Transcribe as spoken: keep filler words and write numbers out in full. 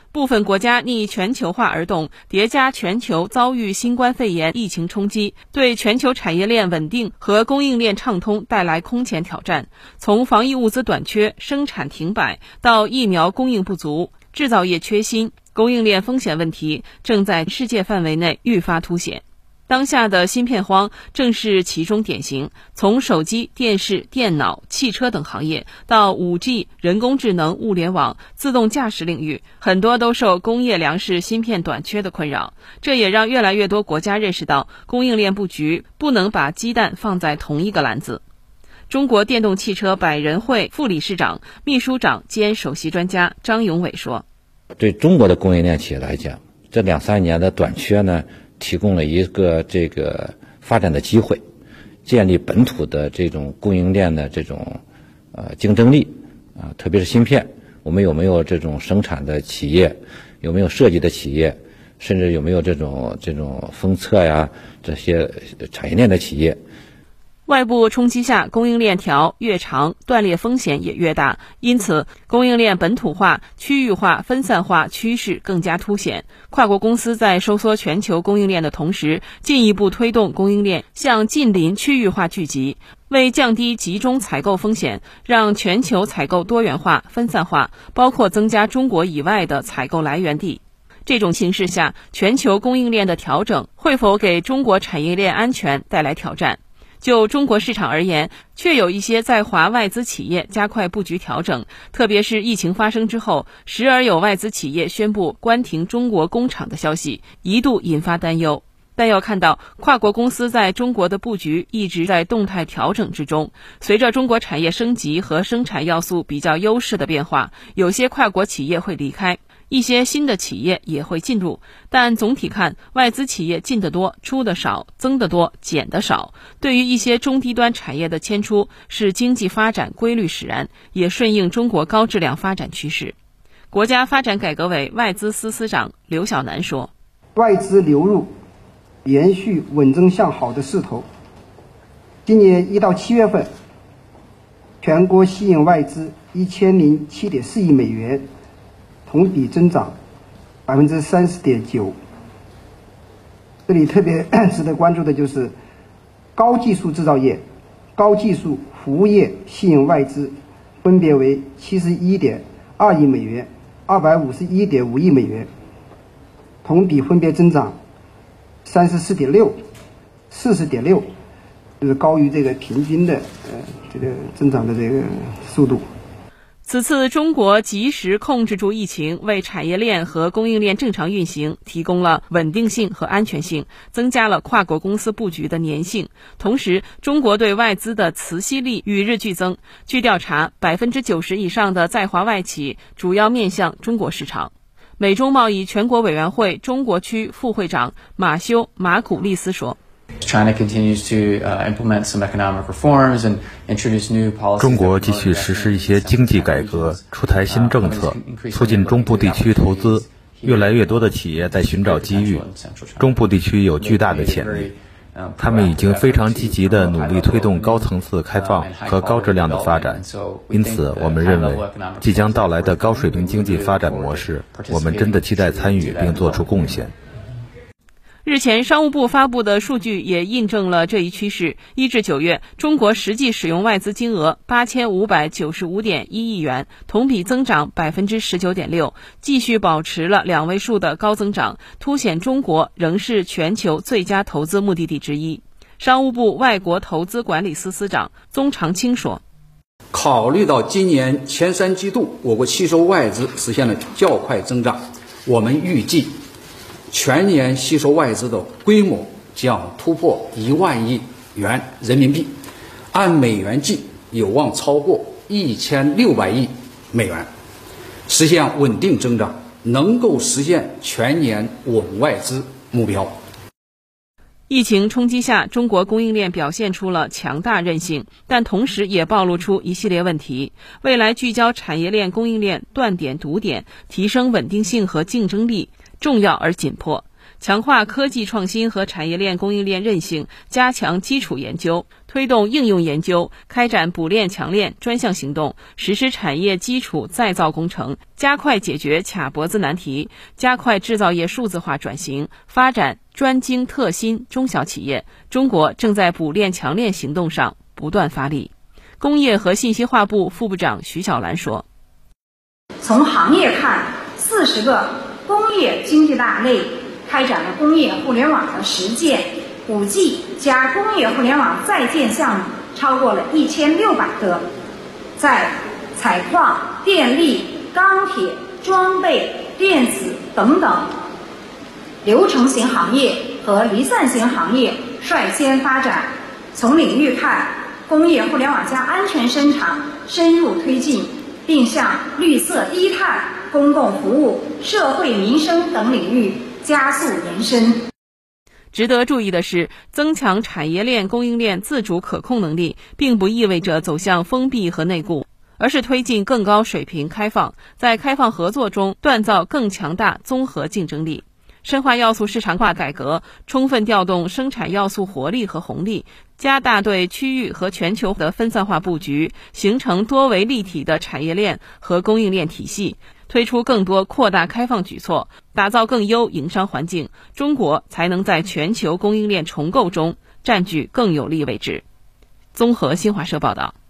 部分国家逆全球化而动，叠加全球遭遇新冠肺炎疫情冲击，对全球产业链稳定和供应链畅通带来空前挑战。从防疫物资短缺、生产停摆到疫苗供应不足、制造业缺芯，供应链风险问题正在世界范围内愈发凸显。当下的芯片荒正是其中典型，从手机、电视、电脑、汽车等行业到 五 G、人工智能、物联网、自动驾驶领域，很多都受工业粮食芯片短缺的困扰。这也让越来越多国家认识到，供应链布局不能把鸡蛋放在同一个篮子。中国电动汽车百人会副理事长、秘书长兼首席专家张永伟说： 对中国的供应链企业来讲，这两三年的短缺呢，提供了一个这个发展的机会，建立本土的这种供应链的这种呃竞争力啊、呃，特别是芯片，我们有没有这种生产的企业，有没有设计的企业，甚至有没有这种这种封测呀这些产业链的企业。 外部冲击下，供应链条越长，断裂风险也越大，因此供应链本土化、区域化、分散化趋势更加凸显。跨国公司在收缩全球供应链的同时，进一步推动供应链向近邻区域化聚集，为降低集中采购风险，让全球采购多元化、分散化，包括增加中国以外的采购来源地。这种形势下，全球供应链的调整会否给中国产业链安全带来挑战？就中国市场而言，确有一些在华外资企业加快布局调整，特别是疫情发生之后，时而有外资企业宣布关停中国工厂的消息，一度引发担忧。但要看到，跨国公司在中国的布局一直在动态调整之中。随着中国产业升级和生产要素比较优势的变化，有些跨国企业会离开，一些新的企业也会进入，但总体看，外资企业进得多，出得少，增得多，减得少。对于一些中低端产业的迁出，是经济发展规律使然，也顺应中国高质量发展趋势。国家发展改革委外资司司长刘晓南说： 外资流入延续稳增向好的势头。今年一到七月份，全国吸引外资一千零七点四亿美元，同比增长百分之三十点九。这里特别值得关注的就是高技术制造业、高技术服务业吸引外资分别为七十一点二亿美元、二百五十一点五亿美元，同比分别增长三十四点六、四十点六，就是高于这个平均的呃这个增长的这个速度。 此次中国及时控制住疫情，为产业链和供应链正常运行提供了稳定性和安全性，增加了跨国公司布局的粘性。同时，中国对外资的磁吸力与日俱增。据调查， 百分之九十 以上的在华外企主要面向中国市场。美中贸易全国委员会中国区副会长马修·马古利斯说： 中国继续实施一些经济改革，出台新政策，促进中部地区投资。越来越多的企业在寻找机遇，中部地区有巨大的潜力。他们已经非常积极地努力推动高层次开放和高质量的发展，因此我们认为即将到来的高水平经济发展模式，我们真的期待参与并做出贡献。 日前，商务部发布的数据也印证了这一趋势。一至九月，中国实际使用外资金额八千五百九十五点一亿元，同比增长百分之十九点六，继续保持了两位数的高增长，凸显中国仍是全球最佳投资目的地之一。商务部外国投资管理司司长宗长青说： 考虑到今年前三季度我国吸收外资实现了较快增长，我们预计全年吸收外资的规模将突破一万亿元人民币，按美元计有望超过一千六百亿美元，实现稳定增长，能够实现全年稳外资目标。 疫情冲击下，中国供应链表现出了强大韧性，但同时也暴露出一系列问题。未来聚焦产业链供应链断点堵点，提升稳定性和竞争力重要而紧迫。 强化科技创新和产业链供应链韧性，加强基础研究，推动应用研究，开展补链强链专项行动，实施产业基础再造工程，加快解决卡脖子难题，加快制造业数字化转型，发展专精特新中小企业。中国正在补链强链行动上不断发力。工业和信息化部副部长徐小兰说， 从行业看，四十个工业经济大类开展了工业互联网的实践， 五 G 加工业互联网在建项目超过了一千六百个，在采矿、电力、钢铁、装备、电子等等流程型行业和离散型行业率先发展。从领域看，工业互联网加安全生产深入推进，并向绿色低碳、公共服务、社会民生等领域加速延伸。 值得注意的是，增强产业链供应链自主可控能力，并不意味着走向封闭和内固，而是推进更高水平开放，在开放合作中锻造更强大综合竞争力。深化要素市场化改革，充分调动生产要素活力和红利，加大对区域和全球的分散化布局，形成多维立体的产业链和供应链体系，推出更多扩大开放举措，打造更优营商环境，中国才能在全球供应链重构中占据更有利位置。综合新华社报道。